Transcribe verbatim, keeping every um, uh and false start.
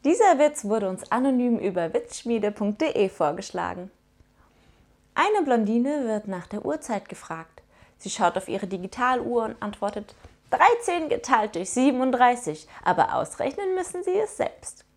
Dieser Witz wurde uns anonym über witzschmiede punkt de vorgeschlagen. Eine Blondine wird nach der Uhrzeit gefragt. Sie schaut auf ihre Digitaluhr und antwortet: dreizehn geteilt durch siebenunddreißig, aber ausrechnen müssen Sie es selbst.